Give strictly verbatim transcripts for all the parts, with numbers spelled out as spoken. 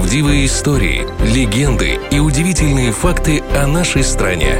Правдивые истории, легенды и удивительные факты о нашей стране.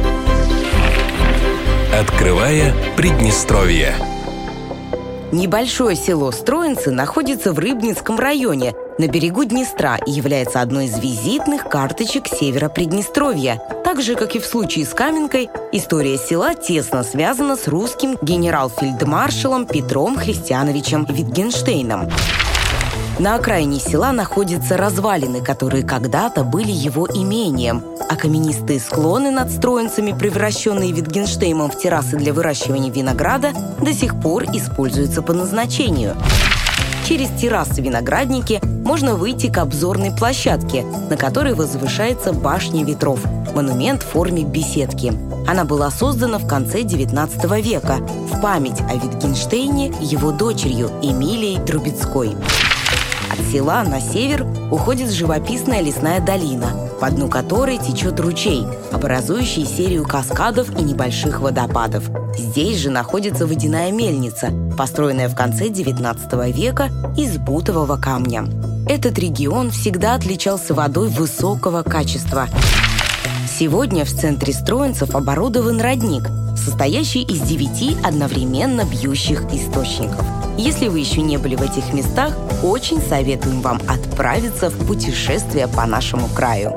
Открывая Приднестровье. Небольшое село Строинцы находится в Рыбницком районе, на берегу Днестра, и является одной из визитных карточек севера Приднестровья. Так же, как и в случае с Каменкой, история села тесно связана с русским генерал-фельдмаршалом Петром Христиановичем Витгенштейном. На окраине села находятся развалины, которые когда-то были его имением, а каменистые склоны над Строинцами, превращенные Витгенштейном в террасы для выращивания винограда, до сих пор используются по назначению. Через террасы-виноградники можно выйти к обзорной площадке, на которой возвышается башня ветров, монумент в форме беседки. Она была создана в конце девятнадцатого века в память о Витгенштейне его дочерью Эмилией Трубецкой. От села на север уходит живописная лесная долина, по дну которой течет ручей, образующий серию каскадов и небольших водопадов. Здесь же находится водяная мельница, построенная в конце девятнадцатого века из бутового камня. Этот регион всегда отличался водой высокого качества. Сегодня в центре Строинцев оборудован родник, состоящий из девяти одновременно бьющих источников. Если вы еще не были в этих местах, очень советуем вам отправиться в путешествие по нашему краю.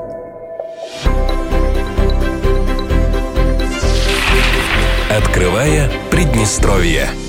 Открывая Приднестровье.